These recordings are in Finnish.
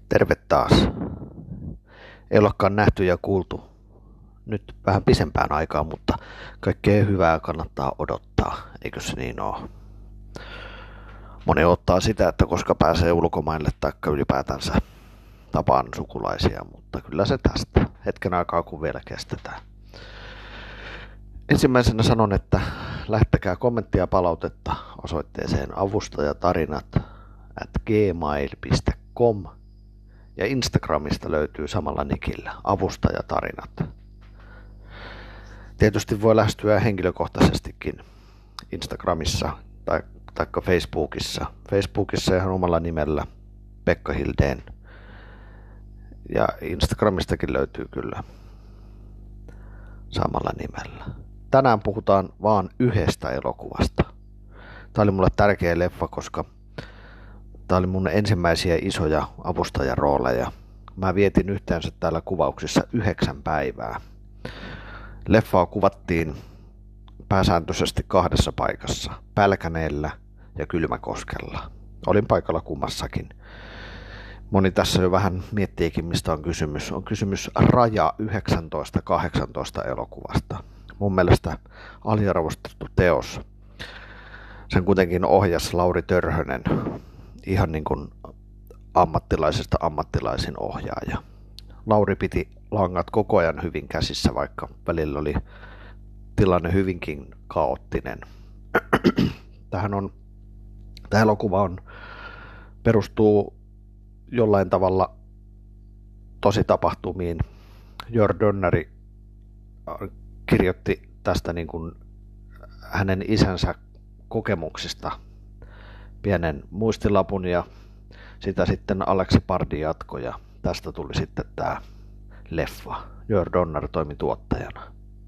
Terve taas. Ei olekaan nähty ja kuultu nyt vähän pisempään aikaa, mutta kaikkea hyvää kannattaa odottaa, eikö se niin ole? Moni odottaa sitä, että koska pääsee ulkomaille tai ylipäätänsä tapaan sukulaisia, mutta kyllä se tästä. Hetken aikaa kun vielä kestetään. Ensimmäisenä sanon, että lähettäkää kommenttia ja palautetta osoitteeseen avustajatarinat@gmail.com ja Instagramista löytyy samalla nikillä avustajatarinat. Tietysti voi lähestyä henkilökohtaisestikin Instagramissa tai Facebookissa. Facebookissa ihan omalla nimellä Pekka Hildén ja Instagramistakin löytyy kyllä samalla nimellä. Tänään puhutaan vaan yhdestä elokuvasta. Tämä oli mulle tärkeä leffa, koska tämä oli mun ensimmäisiä isoja avustajarooleja. Mä vietin yhteensä täällä kuvauksissa 9 päivää. Leffaa kuvattiin pääsääntöisesti 2 paikassa, Pälkäneellä ja Kylmäkoskella. Olin paikalla kummassakin. Moni tässä jo vähän miettiikin, mistä on kysymys. On kysymys Raja 1918 elokuvasta. Mun mielestä aliarvostettu teos. Sen kuitenkin ohjasi Lauri Törhönen, ihan niin kuin ammattilaisesta ammattilaisin ohjaaja. Lauri piti langat koko ajan hyvin käsissä, vaikka välillä oli tilanne hyvinkin kaoottinen. Tämä elokuva perustuu jollain tavalla tositapahtumiin. Jörg Dönneri kirjoitti tästä niin kuin hänen isänsä kokemuksista pienen muistilapun ja sitä sitten Aleksi Pardi jatkoi ja tästä tuli sitten tämä leffa. Jörg Donner toimi tuottajana.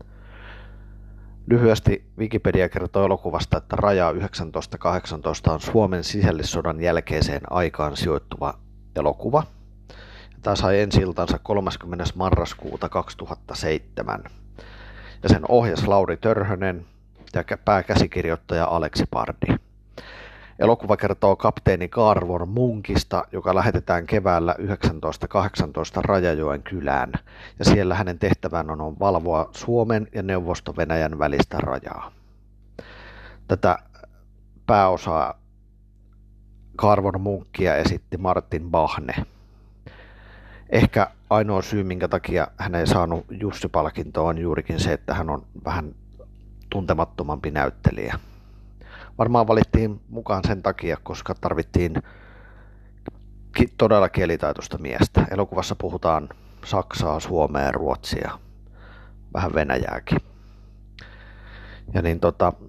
Lyhyesti Wikipedia kertoo elokuvasta, että Raja 1918 on Suomen sisällissodan jälkeiseen aikaan sijoittuva elokuva. Tämä sai ensi-iltansa 30. marraskuuta 2007. Ja sen ohjasi Lauri Törhönen ja pääkäsikirjoittaja Aleksi Pardi. Elokuva kertoo kapteeni Karvor Munkista, joka lähetetään keväällä 1918 Rajajoen kylään, ja siellä hänen tehtävän on valvoa Suomen ja Neuvosto-Venäjän välistä rajaa. Tätä pääosaa Karvor Munkia esitti Martin Bahne. Ehkä ainoa syy, minkä takia hän ei saanut Jussi-palkintoa, on juurikin se, että hän on vähän tuntemattomampi näyttelijä. Varmaan valittiin mukaan sen takia, koska tarvittiin todella kielitaitoista miestä. Elokuvassa puhutaan saksaa, suomea ja ruotsia, vähän venäjääkin. Ja niin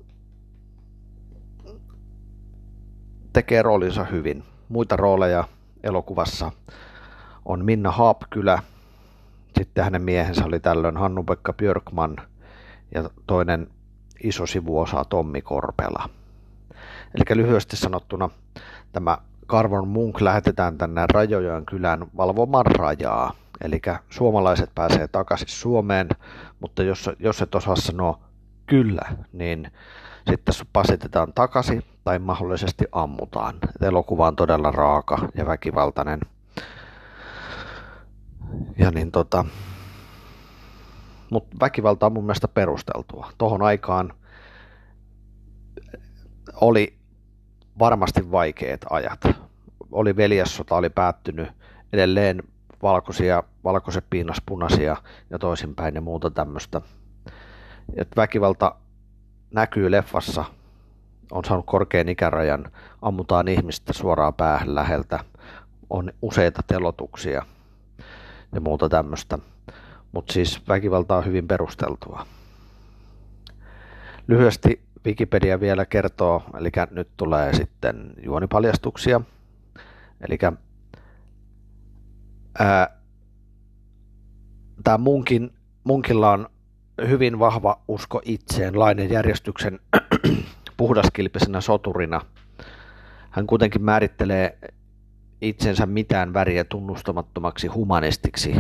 tekee roolinsa hyvin. Muita rooleja elokuvassa on Minna Haapkylä, sitten hänen miehensä oli tällöin Hannu-Pekka Björkman ja toinen iso sivuosa Tommi Korpela. Eli lyhyesti sanottuna tämä Karvor Munk lähetetään tänne Rajajoen kylään valvomaan rajaa. Eli suomalaiset pääsee takaisin Suomeen, mutta jos et osaa sanoa kyllä, niin sitten pasitetaan takaisin tai mahdollisesti ammutaan. Elokuva on todella raaka ja väkivaltainen. Ja niin mutta väkivalta on mun mielestä perusteltua. Tohon aikaan oli varmasti vaikeat ajat. Veljessota oli päättynyt, edelleen valkoiset piinas punaisia ja toisinpäin ja muuta tämmöistä. Väkivalta näkyy leffassa, on saanut korkean ikärajan, ammutaan ihmistä suoraan päähän läheltä, on useita telotuksia ja muuta tämmöistä. Mutta siis väkivalta on hyvin perusteltua. Lyhyesti Wikipedia vielä kertoo, eli nyt tulee sitten juonipaljastuksia. Eli tämä Munkilla on hyvin vahva usko itseen, lain järjestyksen puhdaskilpisenä soturina. Hän kuitenkin määrittelee itsensä mitään väriä tunnustamattomaksi humanistiksi.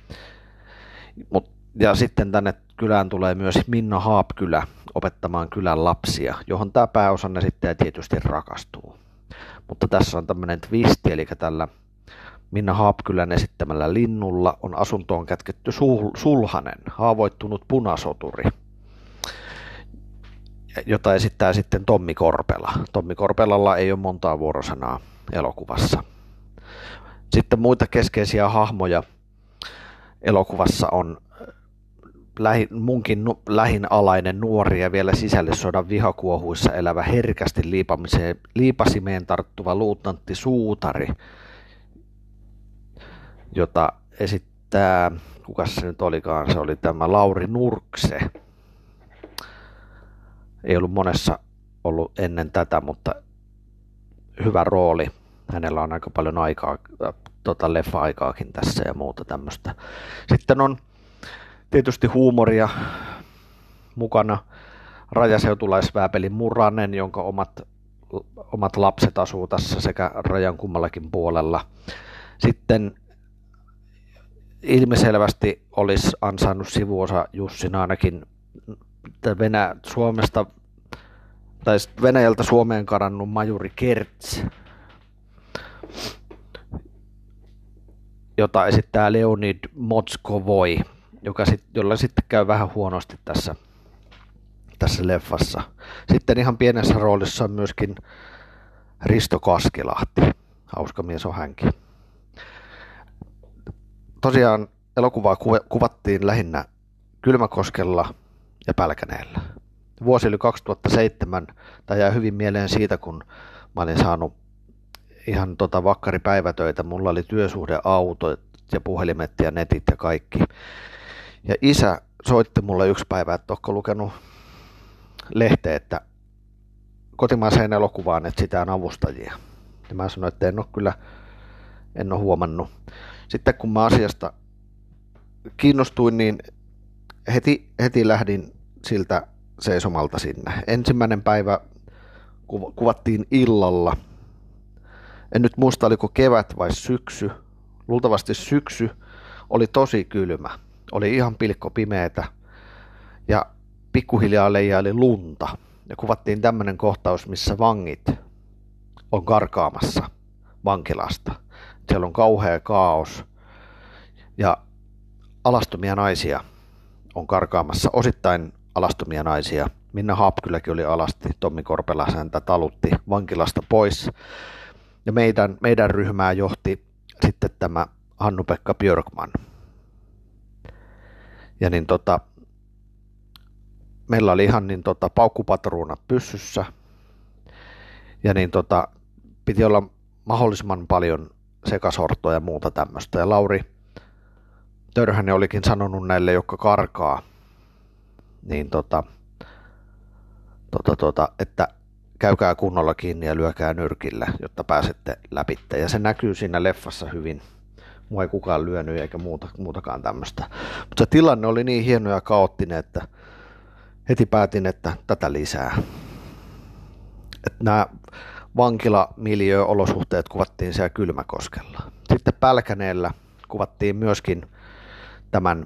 Ja sitten tänne kylään tulee myös Minna Haapkylä opettamaan kylän lapsia, johon tämä pääosan esittäjä tietysti rakastuu. Mutta tässä on tämmöinen twisti, eli tällä Minna Haapkylän esittämällä linnulla on asuntoon kätketty sulhanen, haavoittunut punasoturi, jota esittää sitten Tommi Korpela. Tommi Korpelalla ei ole montaa vuorosanaa elokuvassa. Sitten muita keskeisiä hahmoja elokuvassa on munkin lähin alainen nuori ja vielä sisällissodan vihakuohuissa elävä herkästi liipasimeen tarttuva luutnantti Suutari, jota esittää, kuka se nyt olikaan, se oli tämä Lauri Nurkse. Ei ollut monessa ollut ennen tätä, mutta hyvä rooli. Hänellä on aika paljon aikaa, leffa-aikaakin tässä ja muuta tämmöistä. Sitten on tietysti huumoria mukana. Rajaseutulaisvääpeli Muranen, jonka omat lapset asuu tässä sekä rajan kummallakin puolella. Sitten ilmiselvästi olisi ansainnut sivuosa Jussin ainakin Venäjältä Suomeen karannut majuri Kertz, jota esittää Leonid Motskovoi, jolla sitten käy vähän huonosti tässä leffassa. Sitten ihan pienessä roolissa on myöskin Risto Kaskilahti. Hauska mies on hänkin. Tosiaan elokuvaa kuvattiin lähinnä Kylmäkoskella ja Pälkäneellä. Vuosi oli 2007, tai jää hyvin mieleen siitä, kun mä olin saanut ihan vakkaripäivätöitä. Mulla oli työsuhdeauto ja puhelimet ja netit ja kaikki. Ja isä soitti mulle yksi päivä, että ootko lukenut lehteä, että kotimaiseen elokuvaan etsitään avustajia. Ja mä sanoin, että en ole huomannut. Sitten kun mä asiasta kiinnostuin, niin heti lähdin siltä seisomalta sinne. Ensimmäinen päivä kuvattiin illalla. En nyt muista, oliko kevät vai syksy. Luultavasti syksy. Oli tosi kylmä. Oli ihan pilkko pimeätä. Ja pikkuhiljaa leijaili lunta. Ja kuvattiin tämmöinen kohtaus, missä vangit on karkaamassa vankilasta. Siellä on kauhea kaos. Ja alastomia naisia on karkaamassa. Osittain alastomia naisia. Minna Haapkyläkin oli alasti. Tommi Korpela häntä talutti vankilasta pois. Ja meidän ryhmää johti sitten tämä Hannu-Pekka Björkman. Ja niin meillä oli ihan paukkupatruuna pyssyssä. Ja niin piti olla mahdollisimman paljon sekasortoa ja muuta tämmöistä. Ja Lauri Törhänen olikin sanonut näille, jotka karkaa, niin että käykää kunnolla kiinni ja lyökää nyrkillä, jotta pääsette läpi. Ja se näkyy siinä leffassa hyvin. Mua ei kukaan lyönyt eikä muutakaan tämmöistä. Mutta se tilanne oli niin hieno ja kaoottinen, että heti päätin, että tätä lisää. Että nämä vankilamiljö-olosuhteet kuvattiin siellä Kylmäkoskella. Sitten Pälkäneellä kuvattiin myöskin tämän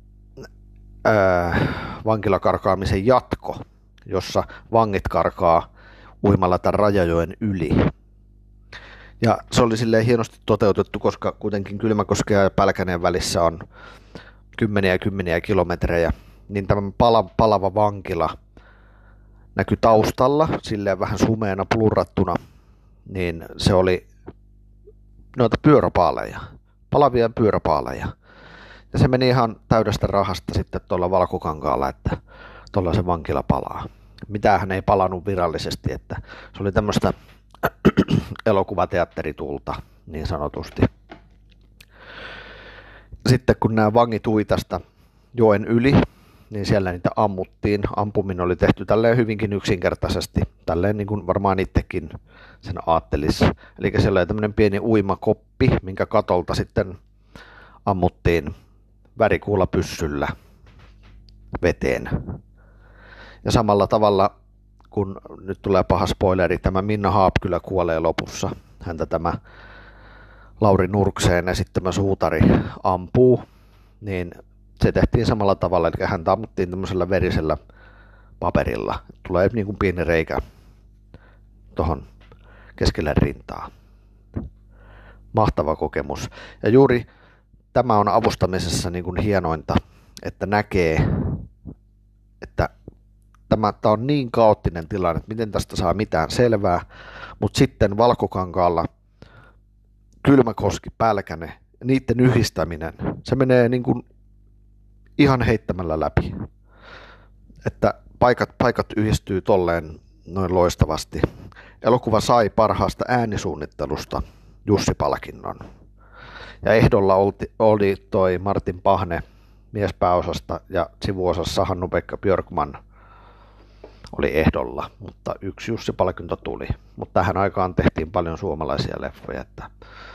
vankilakarkaamisen jatko, jossa vangit karkaa uimalla tämän Rajajoen yli. Ja se oli silleen hienosti toteutettu, koska kuitenkin Kylmäkoskea ja Pälkäneen välissä on kymmeniä kilometrejä, niin tämä palava vankila näkyi taustalla, silleen vähän sumeena plurrattuna, niin se oli noita pyöräpaaleja, palavia pyöräpaaleja. Ja se meni ihan täydestä rahasta sitten tuolla Valkokankaalla, että tuolla se vankila palaa. Mitähän ei palannut virallisesti, että se oli tämmöistä elokuvateatteritulta niin sanotusti. Sitten kun nämä vangit ui tästä joen yli, niin siellä niitä ammuttiin. Ampuminen oli tehty tälleen hyvinkin yksinkertaisesti, tälleen niin kuin varmaan itsekin sen ajattelisi. Eli siellä oli tämmöinen pieni uimakoppi, minkä katolta sitten ammuttiin värikuulapyssyllä veteen. Ja samalla tavalla, kun nyt tulee paha spoileri, tämä Minna Haapkylä kuolee lopussa. Häntä tämä Lauri Nurkseen esittämä Suutari ampuu, niin se tehtiin samalla tavalla, eli häntä ammuttiin tämmöisellä verisellä paperilla. Tulee niin kuin pieni reikä tuohon keskelle rintaa. mahtava kokemus. Ja juuri tämä on avustamisessa niin kuin hienointa, että näkee, että tämä on niin kaoottinen tilanne, että miten tästä saa mitään selvää, mutta sitten Valkokankaalla Kylmäkoski, Pälkäne, niiden yhdistäminen, se menee niin kuin ihan heittämällä läpi. Että paikat yhdistyy tolleen noin loistavasti. Elokuva sai parhaasta äänisuunnittelusta Jussi-palkinnon. Ja ehdolla oli toi Martin Pahne miespääosasta ja sivuosassa Hannu-Pekka Björkman oli ehdolla, mutta yksi Jussi-palkinto tuli. Mutta tähän aikaan tehtiin paljon suomalaisia leffoja, että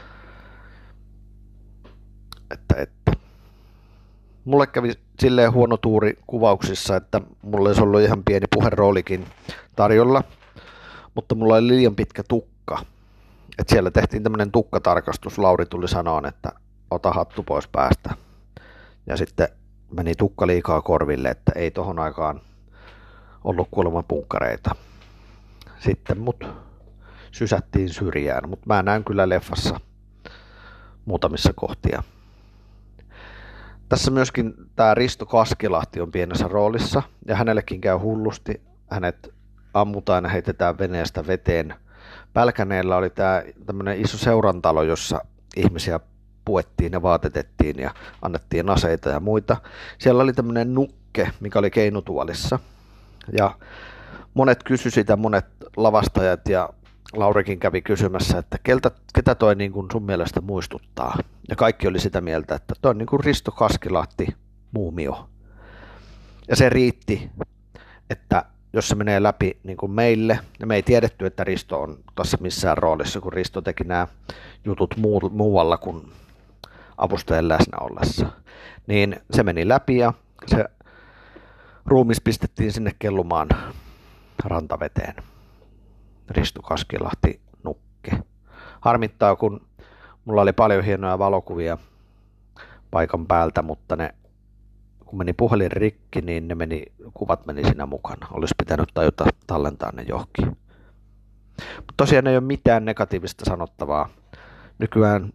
mulle kävi silleen huono tuuri kuvauksissa, että mulla olisi ollut ihan pieni puheroolikin tarjolla, mutta mulla oli liian pitkä tukka. Et siellä tehtiin tämmöinen tukkatarkastus, Lauri tuli sanoon, että ota hattu pois päästä. Ja sitten meni tukka liikaa korville, että ei tohon aikaan ollut kuulemma punkkareita. Sitten mut sysättiin syrjään, mutta mä näen kyllä leffassa muutamissa kohtia. Tässä myöskin tämä Risto Kaskilahti on pienessä roolissa ja hänellekin käy hullusti. Hänet ammutaan ja heitetään veneestä veteen. Pälkäneellä oli tämä tämmöinen iso seurantalo, jossa ihmisiä puettiin ja vaatetettiin ja annettiin aseita ja muita. Siellä oli tämmöinen nukke, mikä oli keinutuolissa. Ja monet kysyi sitä, monet lavastajat ja Laurikin kävi kysymässä, että ketä toi niin kuin sun mielestä muistuttaa. Ja kaikki oli sitä mieltä, että toi on niin kuin Risto Kaskilahti muumio. Ja se riitti, että jos se menee läpi niin kuin meille, ja me ei tiedetty, että Risto on tässä missään roolissa, kun Risto teki nämä jutut muualla kuin avustajan läsnä ollessa. Niin se meni läpi ja se ruumis pistettiin sinne kellumaan rantaveteen. Risto Kaskilahti nukke. Harmittaa, kun mulla oli paljon hienoja valokuvia paikan päältä, mutta kun meni puhelin rikki, niin kuvat meni siinä mukana. Olisi pitänyt tajuta tallentaa ne johonkin. Mutta tosiaan ei ole mitään negatiivista sanottavaa. Nykyään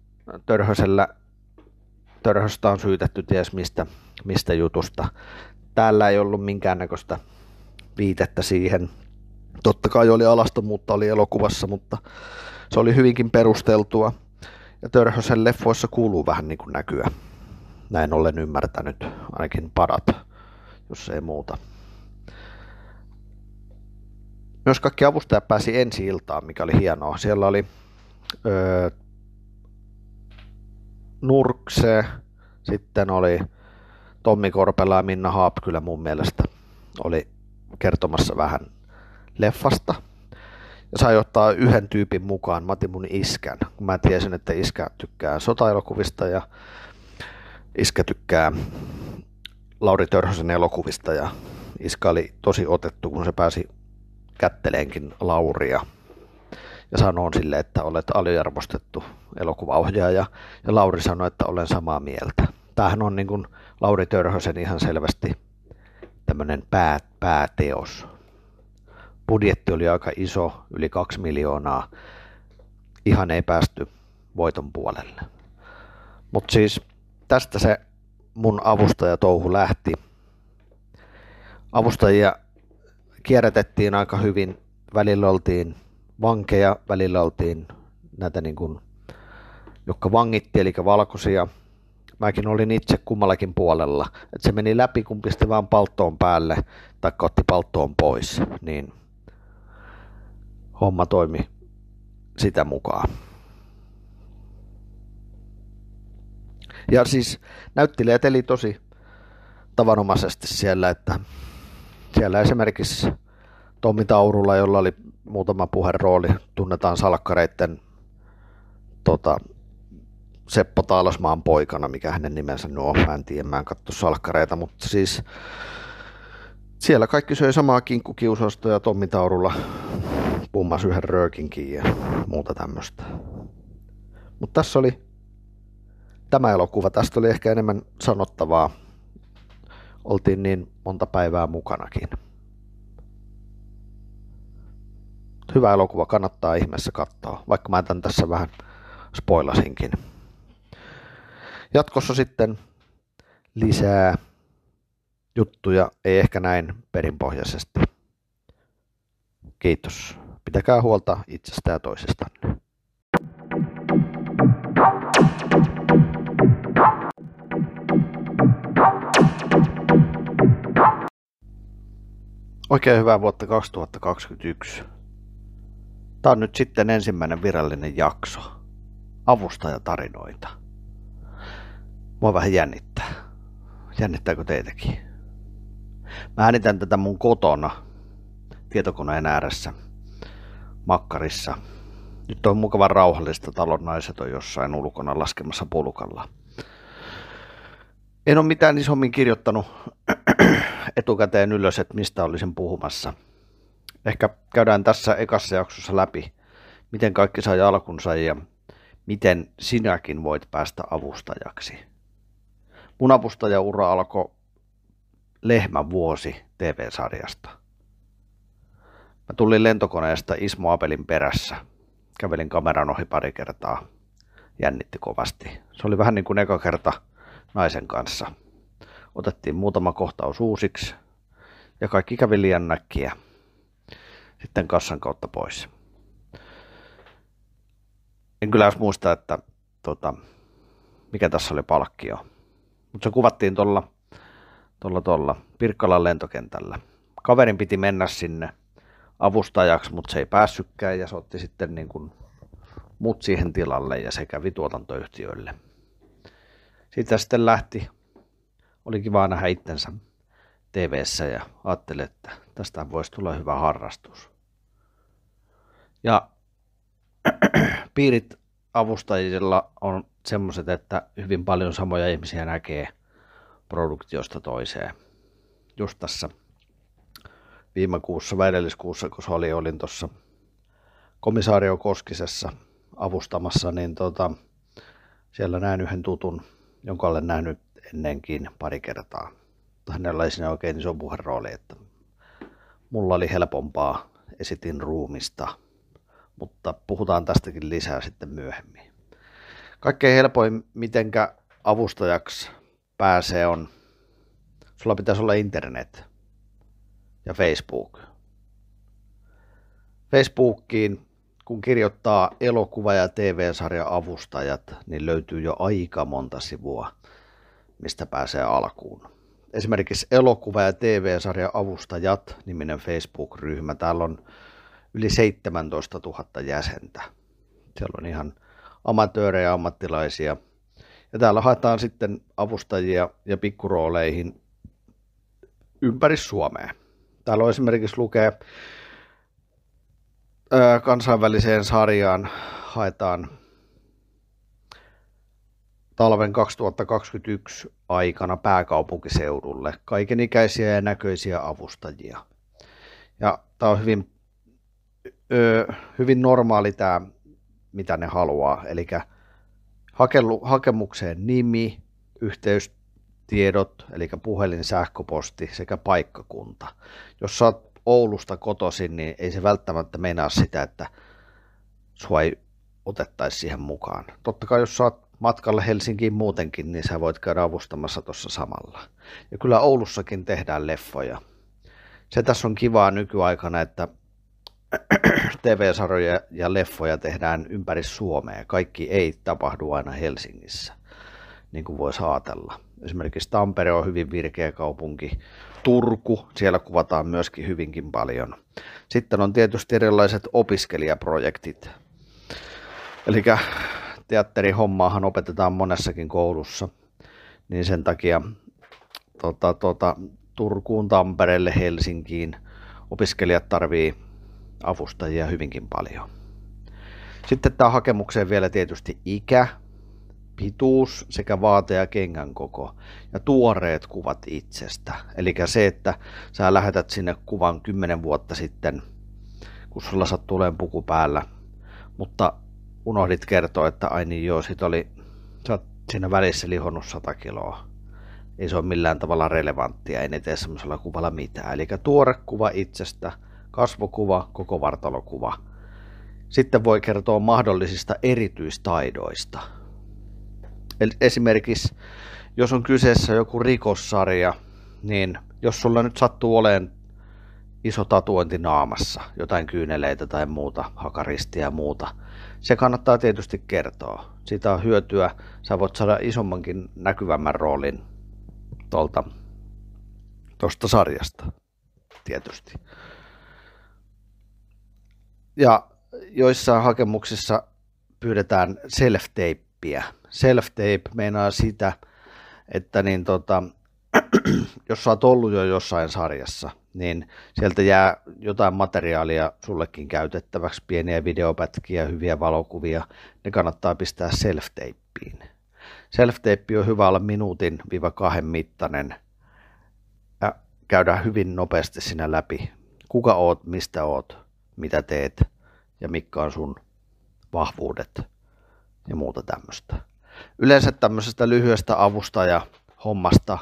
Törhöstä on syytetty ties mistä jutusta. Täällä ei ollut minkäännäköistä viitettä siihen. Totta kai oli alastomuutta oli elokuvassa, mutta se oli hyvinkin perusteltua. Ja Törhösen leffoissa kuuluu vähän niin kuin näkyä. Näin olen ymmärtänyt, ainakin parat, jos ei muuta. Myös kaikki avustajat pääsi ensi-iltaan, mikä oli hienoa. Siellä oli Nurkse, sitten oli Tommi Korpela ja Minna Haapkylä mun mielestä oli kertomassa vähän leffasta. Ja sai ottaa yhden tyypin mukaan, mä otin mun iskän. Kun mä tiesin, että iskä tykkää sotaelokuvista ja iskä tykkää Lauri Törhösen elokuvista ja iskä oli tosi otettu, kun se pääsi kätteleenkin Lauria. Ja sanoin sille, että olet aliarvostettu elokuvaohjaaja ja Lauri sanoi, että olen samaa mieltä. Tämähän on niin kuin Lauri Törhösen ihan selvästi tämmöinen pääteos. Budjetti oli aika iso, yli 2 miljoonaa. Ihan ei päästy voiton puolelle. Mutta siis tästä se mun avustajatouhu lähti. Avustajia kierrätettiin aika hyvin. Välillä oltiin vankeja, välillä oltiin näitä niin kuin, jotka vangitti, eli valkoisia. Mäkin olin itse kummallakin puolella. Et se meni läpi, kun pisti vaan palttoon päälle tai otti palttoon pois. Niin homma toimi sitä mukaan. Ja siis näyttelijät eli tosi tavanomaisesti siellä, että siellä esimerkiksi Tommi Taurula, jolla oli muutama puherooli, tunnetaan salkkareitten Seppo Taalasmaan poikana, mikä hänen nimensä nyt on, mä en tiedä, mä en katso salkkareita, mutta siis siellä kaikki söi samaa kinkkukiusausta ja Tommi Taurula pummasi yhden röökinkin ja muuta tämmöistä. Mutta tässä oli tämä elokuva, tästä oli ehkä enemmän sanottavaa. Oltiin niin monta päivää mukanakin. Hyvä elokuva, kannattaa ihmeessä katsoa, vaikka mä tämän tässä vähän spoilasinkin. Jatkossa sitten lisää juttuja, ei ehkä näin perinpohjaisesti. Kiitos. Pitäkää huolta itsestä ja toisistanne. Oikein hyvää vuotta 2021. Tämä on nyt sitten ensimmäinen virallinen jakso. Avustajatarinoita. Mua vähän jännittää. Jännittääkö teitäkin? Mä äänitän tätä mun kotona tietokoneen ääressä makkarissa. Nyt on mukavan rauhallista, talon naiset on jossain ulkona laskemassa pulkalla. En ole mitään isommin kirjoittanut etukäteen ylös, että mistä olisin puhumassa. Ehkä käydään tässä ekassa jaksossa läpi, miten kaikki sai alkunsa ja miten sinäkin voit päästä avustajaksi. Mun avustajaura alkoi Lehmän vuosi TV-sarjasta. Mä tulin lentokoneesta Ismo Apelin perässä. Kävelin kameran ohi pari kertaa. Jännitti kovasti. Se oli vähän niin kuin eka kerta naisen kanssa. Otettiin muutama kohtaus uusiksi ja kaikki kävi liian näkkiä. Sitten kassan kautta pois. En kyllä edes muista, että mikä tässä oli palkkio. Mutta se kuvattiin tuolla Pirkkalan lentokentällä. Kaverin piti mennä sinne avustajaksi, mutta se ei päässytkään ja se otti sitten niin kuin mut siihen tilalle ja se kävi tuotantoyhtiöille. Siitä sitten lähti. Oli kiva nähdä itsensä TV:ssä ja ajattelin, että tästä voisi tulla hyvä harrastus. Ja piirit avustajilla on semmoiset, että hyvin paljon samoja ihmisiä näkee produktiosta toiseen. Just tässä viime kuussa vai edelliskuussa, kun se olin tuossa Komisario Koskisessa avustamassa, niin siellä näin yhden tutun, jonka olen nähnyt ennenkin pari kertaa. Hänellä oli siinä oikein iso puherooli, että mulla oli helpompaa, esitin ruumista, mutta puhutaan tästäkin lisää sitten myöhemmin. Kaikkein helpoin, mitenkä avustajaksi pääsee on, sulla pitäisi olla internet ja Facebook. Facebookiin, kun kirjoittaa elokuva- ja TV-sarja-avustajat, niin löytyy jo aika monta sivua, mistä pääsee alkuun. Esimerkiksi elokuva- ja TV-sarja-avustajat niminen Facebook-ryhmä. Täällä on yli 17 000 jäsentä. Siellä on ihan amatöörejä ja ammattilaisia. Ja täällä haetaan sitten avustajia ja pikkurooleihin ympäri Suomea. Täällä on esimerkiksi lukee kansainväliseen sarjaan haetaan talven 2021 aikana pääkaupunkiseudulle kaikenikäisiä ja näköisiä avustajia. Ja tämä on hyvin normaali tämä, mitä ne haluaa. Eli hakemukseen nimi, yhteystiedot, eli puhelin, sähköposti sekä paikkakunta. Jos sä oot Oulusta kotoisin, niin ei se välttämättä meinaa sitä, että sua ei otettaisi siihen mukaan. Totta kai jos sä oot matkalla Helsinkiin muutenkin, niin sä voit käydä avustamassa tuossa samalla. Ja kyllä Oulussakin tehdään leffoja. Se tässä on kivaa nykyaikana, että TV-sarjoja ja leffoja tehdään ympäri Suomea. Kaikki ei tapahdu aina Helsingissä, niin kuin voisi ajatella. Esimerkiksi Tampere on hyvin virkeä kaupunki. Turku, siellä kuvataan myöskin hyvinkin paljon. Sitten on tietysti erilaiset opiskelijaprojektit. Eli teatterihommaahan opetetaan monessakin koulussa, niin sen takia Turkuun, Tampereelle, Helsinkiin opiskelijat tarvii avustajia hyvinkin paljon. Sitten tämä hakemukseen vielä tietysti ikä, pituus sekä vaate- ja kengän koko ja tuoreet kuvat itsestä. Eli se, että sä lähetät sinne kuvan 10 vuotta sitten, kun sulla sattuu olemaan puku päällä, mutta unohdit kertoa, että ai niin joo, sä oot siinä välissä lihonnut 100 kiloa. Ei se ole millään tavalla relevanttia, ei ne tee semmoisella kuvalla mitään. Eli tuore kuva itsestä, kasvokuva, koko vartalokuva. Sitten voi kertoa mahdollisista erityistaidoista. Eli esimerkiksi, jos on kyseessä joku rikossarja, niin jos sulla nyt sattuu olemaan iso tatuointi naamassa, jotain kyyneleitä tai muuta, hakaristiä ja muuta, se kannattaa tietysti kertoa. Siitä on hyötyä, sä voit saada isommankin näkyvämmän roolin tuosta sarjasta, tietysti. Ja joissain hakemuksissa pyydetään self-tapeä. Self-tape meinaa sitä, että jos sä oot ollut jo jossain sarjassa, niin sieltä jää jotain materiaalia sullekin käytettäväksi, pieniä videopätkiä, hyviä valokuvia, ne kannattaa pistää self-tapeen. Self-tape on hyvä olla 1–2 mittainen ja käydään hyvin nopeasti siinä läpi. Kuka oot, mistä oot, mitä teet ja mitkä on sun vahvuudet ja muuta tämmöistä. Yleensä tämmöisestä lyhyestä avustajahommasta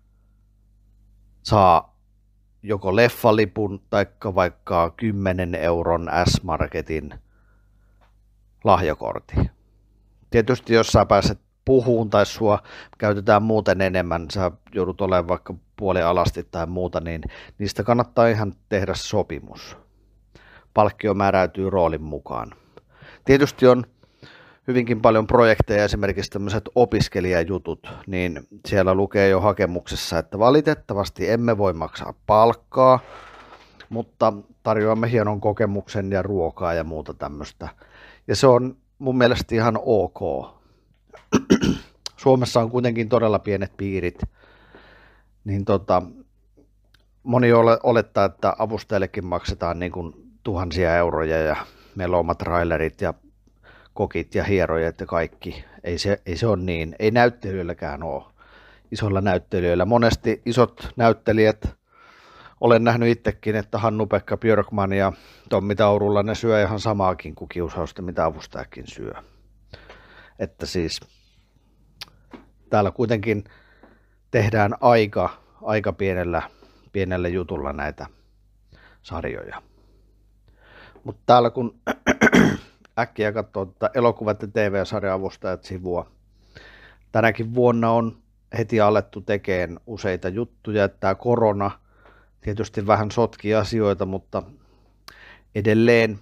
saa joko leffalipun tai vaikka 10 euron S-Marketin lahjakortin. Tietysti jos sä pääset puhuun tai sua käytetään muuten enemmän, sä joudut olemaan vaikka puolialasti tai muuta, niin niistä kannattaa ihan tehdä sopimus. Palkkio määräytyy roolin mukaan. Tietysti on hyvinkin paljon projekteja, esimerkiksi tämmöiset opiskelijajutut, niin siellä lukee jo hakemuksessa, että valitettavasti emme voi maksaa palkkaa, mutta tarjoamme hienon kokemuksen ja ruokaa ja muuta tämmöistä. Ja se on mun mielestä ihan ok. Suomessa on kuitenkin todella pienet piirit, niin moni olettaa, että avustajillekin maksetaan niin kuin tuhansia euroja ja meillä on omat trailerit ja kokit ja hierojat ja kaikki. Ei se ole niin. Ei näyttelijöilläkään ole. Isoilla näyttelijöillä. Monesti isot näyttelijät, olen nähnyt itsekin, että Hannu-Pekka Björkman ja Tommi Taurulla ne syö ihan samaakin kuin kiusausta, mitä avustajakin syö. Että siis täällä kuitenkin tehdään aika pienellä jutulla näitä sarjoja. Mutta täällä kun äkkiä katsoo elokuvat ja TV-sarja-avustajat sivua, tänäkin vuonna on heti alettu tekemään useita juttuja. Tämä korona tietysti vähän sotki asioita, mutta edelleen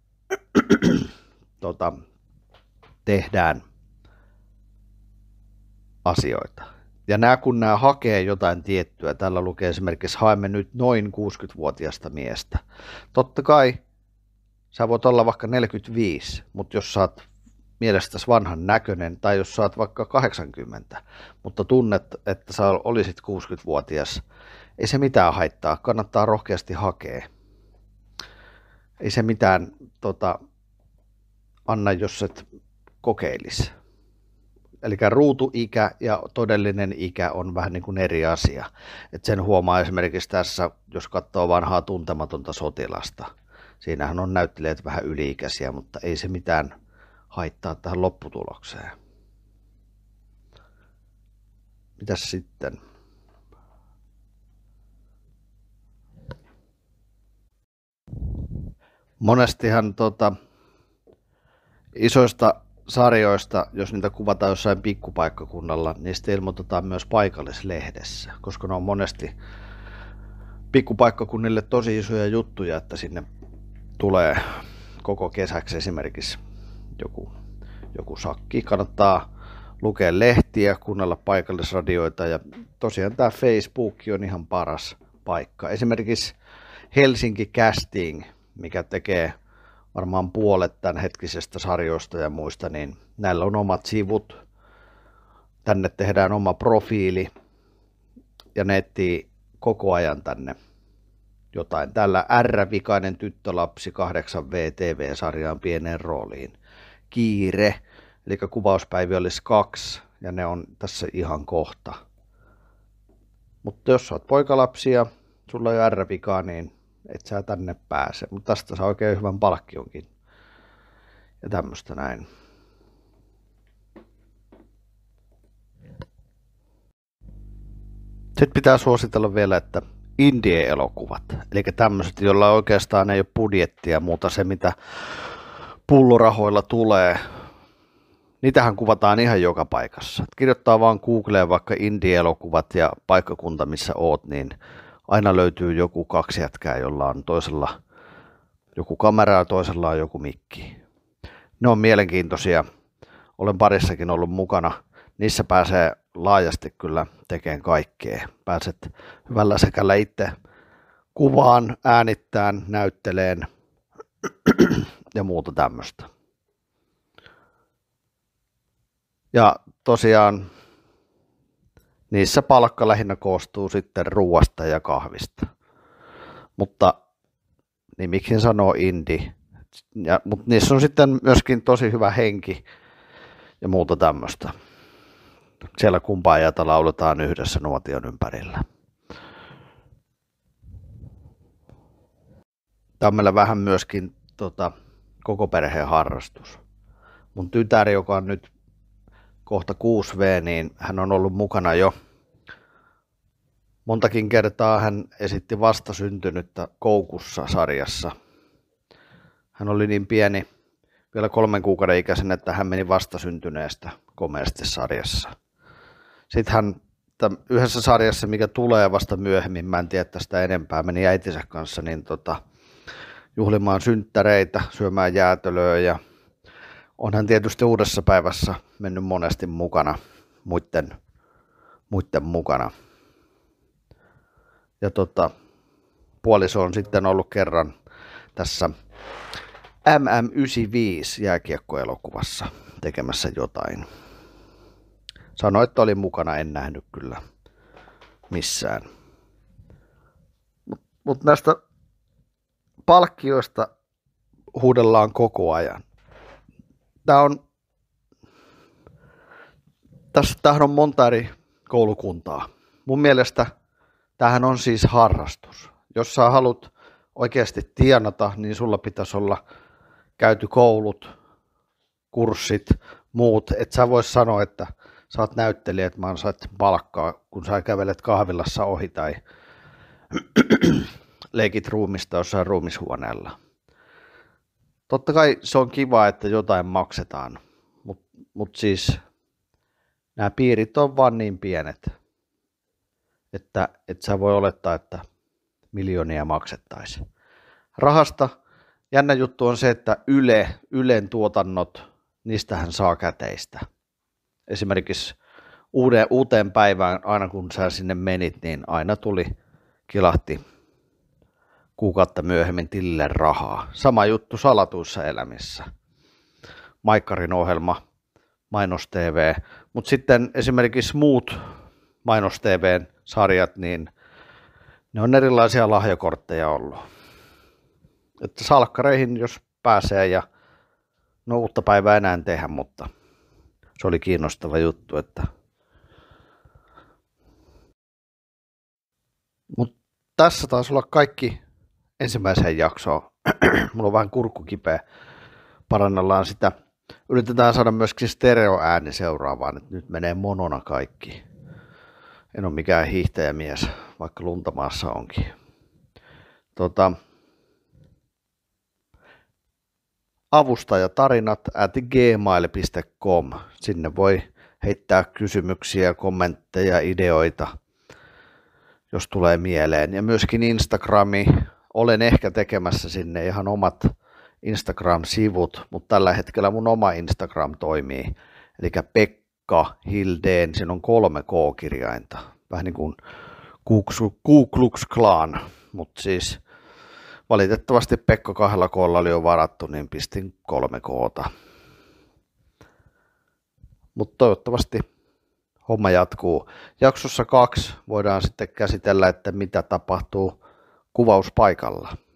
tehdään asioita. Ja kun nämä hakee jotain tiettyä, täällä lukee esimerkiksi haemme nyt noin 60-vuotiaasta miestä. Totta kai sä voit olla vaikka 45, mutta jos sä oot mielestäsi vanhan näköinen, tai jos sä oot vaikka 80, mutta tunnet, että sä olisit 60-vuotias, ei se mitään haittaa, kannattaa rohkeasti hakea. Ei se mitään anna, jos et kokeilisi. Eli ruutuikä ja todellinen ikä on vähän niin kuin eri asia. Et sen huomaa esimerkiksi tässä, jos katsoo vanhaa Tuntematonta sotilasta. Siinähän on näyttelijät vähän yli-ikäisiä, mutta ei se mitään haittaa tähän lopputulokseen. Mitäs sitten? Monestihan isoista sarjoista, jos niitä kuvataan jossain pikkupaikkakunnalla, niistä ilmoitetaan myös paikallislehdessä, koska ne on monesti pikkupaikkakunnille tosi isoja juttuja, että sinne tulee koko kesäksi esimerkiksi joku sakki. Kannattaa lukea lehtiä, kuunnella paikallisradioita ja tosiaan tämä Facebook on ihan paras paikka. Esimerkiksi Helsinki Casting, mikä tekee varmaan puolet tämän hetkisestä sarjoista ja muista, niin näillä on omat sivut. Tänne tehdään oma profiili ja ne etsii koko ajan tänne jotain. Tällä R-vikainen tyttölapsi 8V TV-sarjaan pieneen rooliin. Kiire, eli kuvauspäivi olisi 2 ja ne on tässä ihan kohta. Mutta jos olet poikalapsi ja sulla on R-vikaa, niin et sä tänne pääse. Mutta tästä saa oikein hyvän palkkionkin. Ja tämmöistä näin. Sitten pitää suositella vielä, että indie-elokuvat, eli tämmöiset, joilla oikeastaan ei ole budjettia muuta se, mitä pullorahoilla tulee. Niitähän kuvataan ihan joka paikassa. Kirjoittaa vaan Googleen vaikka indie-elokuvat ja paikkakunta, missä oot, niin aina löytyy joku 2 jätkää, jolla on toisella joku kamera ja toisella on joku mikki. Ne on mielenkiintoisia. Olen parissakin ollut mukana. Niissä pääsee laajasti kyllä tekemään kaikkea. Pääset hyvällä sekällä itse kuvaan, äänittämään, näytteleen ja muuta tämmöistä. Ja tosiaan niissä palkka lähinnä koostuu sitten ruuasta ja kahvista. Mutta nimikin sanoo indie. Mutta niissä on sitten myöskin tosi hyvä henki ja muuta tämmöistä. Siellä kumpaajata lauletaan yhdessä nuotion ympärillä. Tämä on meillä vähän myöskin koko perheen harrastus. Mun tytär, joka on nyt kohta 6V, niin hän on ollut mukana jo montakin kertaa. Hän esitti vastasyntynyttä Koukussa sarjassa. Hän oli niin pieni, vielä 3 kuukauden ikäisen, että hän meni vastasyntyneestä komeasti sarjassa. Sitten hän yhdessä sarjassa, mikä tulee vasta myöhemmin, mä en tiedä tästä enempää, meni äitinsä kanssa niin juhlimaan synttäreitä, syömään jäätelöä ja on hän tietysti Uudessa päivässä mennyt monesti mukana, muiden mukana. Ja puoliso on sitten ollut kerran tässä MM95 jääkiekkoelokuvassa tekemässä jotain. Sanoi, että oli mukana, en nähnyt kyllä missään. Mutta näistä palkkioista huudellaan koko ajan. Tämähän on monta eri koulukuntaa. Mun mielestä tämähän on siis harrastus. Jos sä haluat oikeasti tienata, niin sulla pitäisi olla käyty koulut, kurssit, muut. Et sä vois sanoa, että sä oot näyttelijä, että mä ansait palkkaa, kun sä kävelet kahvilassa ohi tai leikit ruumista jossain ruumishuoneella. Totta kai se on kiva, että jotain maksetaan, mutta siis nämä piirit on vaan niin pienet, että et sä voi olettaa, että miljoonia maksettaisiin. Rahasta jännä juttu on se, että Ylen tuotannot, niistähän saa käteistä. Esimerkiksi uuteen päivään, aina kun sä sinne menit, niin aina kilahti kuukautta myöhemmin tilille rahaa. Sama juttu Salatuissa elämissä. Maikkarin ohjelma, Mainos TV, mutta sitten esimerkiksi muut Mainos TV:n sarjat, niin ne on erilaisia lahjakortteja ollut. Että salkkareihin jos pääsee ja no uutta päivää enää tehdä, mutta se oli kiinnostava juttu, että mutta tässä taisi olla kaikki ensimmäiseen jaksoon. Mulla on vähän kurkku kipeä. Parannellaan sitä. Yritetään saada myöskin stereoääni seuraavaan, että nyt menee monona kaikki. En ole mikään hiihtäjämies, vaikka luntamaassa onkin. avustajatarinat@gmail.com. Sinne voi heittää kysymyksiä, kommentteja, ideoita, jos tulee mieleen. Ja myöskin Instagrami. Olen ehkä tekemässä sinne ihan omat Instagram-sivut, mutta tällä hetkellä mun oma Instagram toimii. Eli Pekka Hildén, siinä on 3 K-kirjainta. Vähän niin kuin Ku Klux Klan, mutta siis valitettavasti Pekka 2 K:lla oli jo varattu, niin pistin 3 K:ta. Mutta toivottavasti homma jatkuu. Jaksossa 2 voidaan sitten käsitellä, että mitä tapahtuu kuvauspaikalla.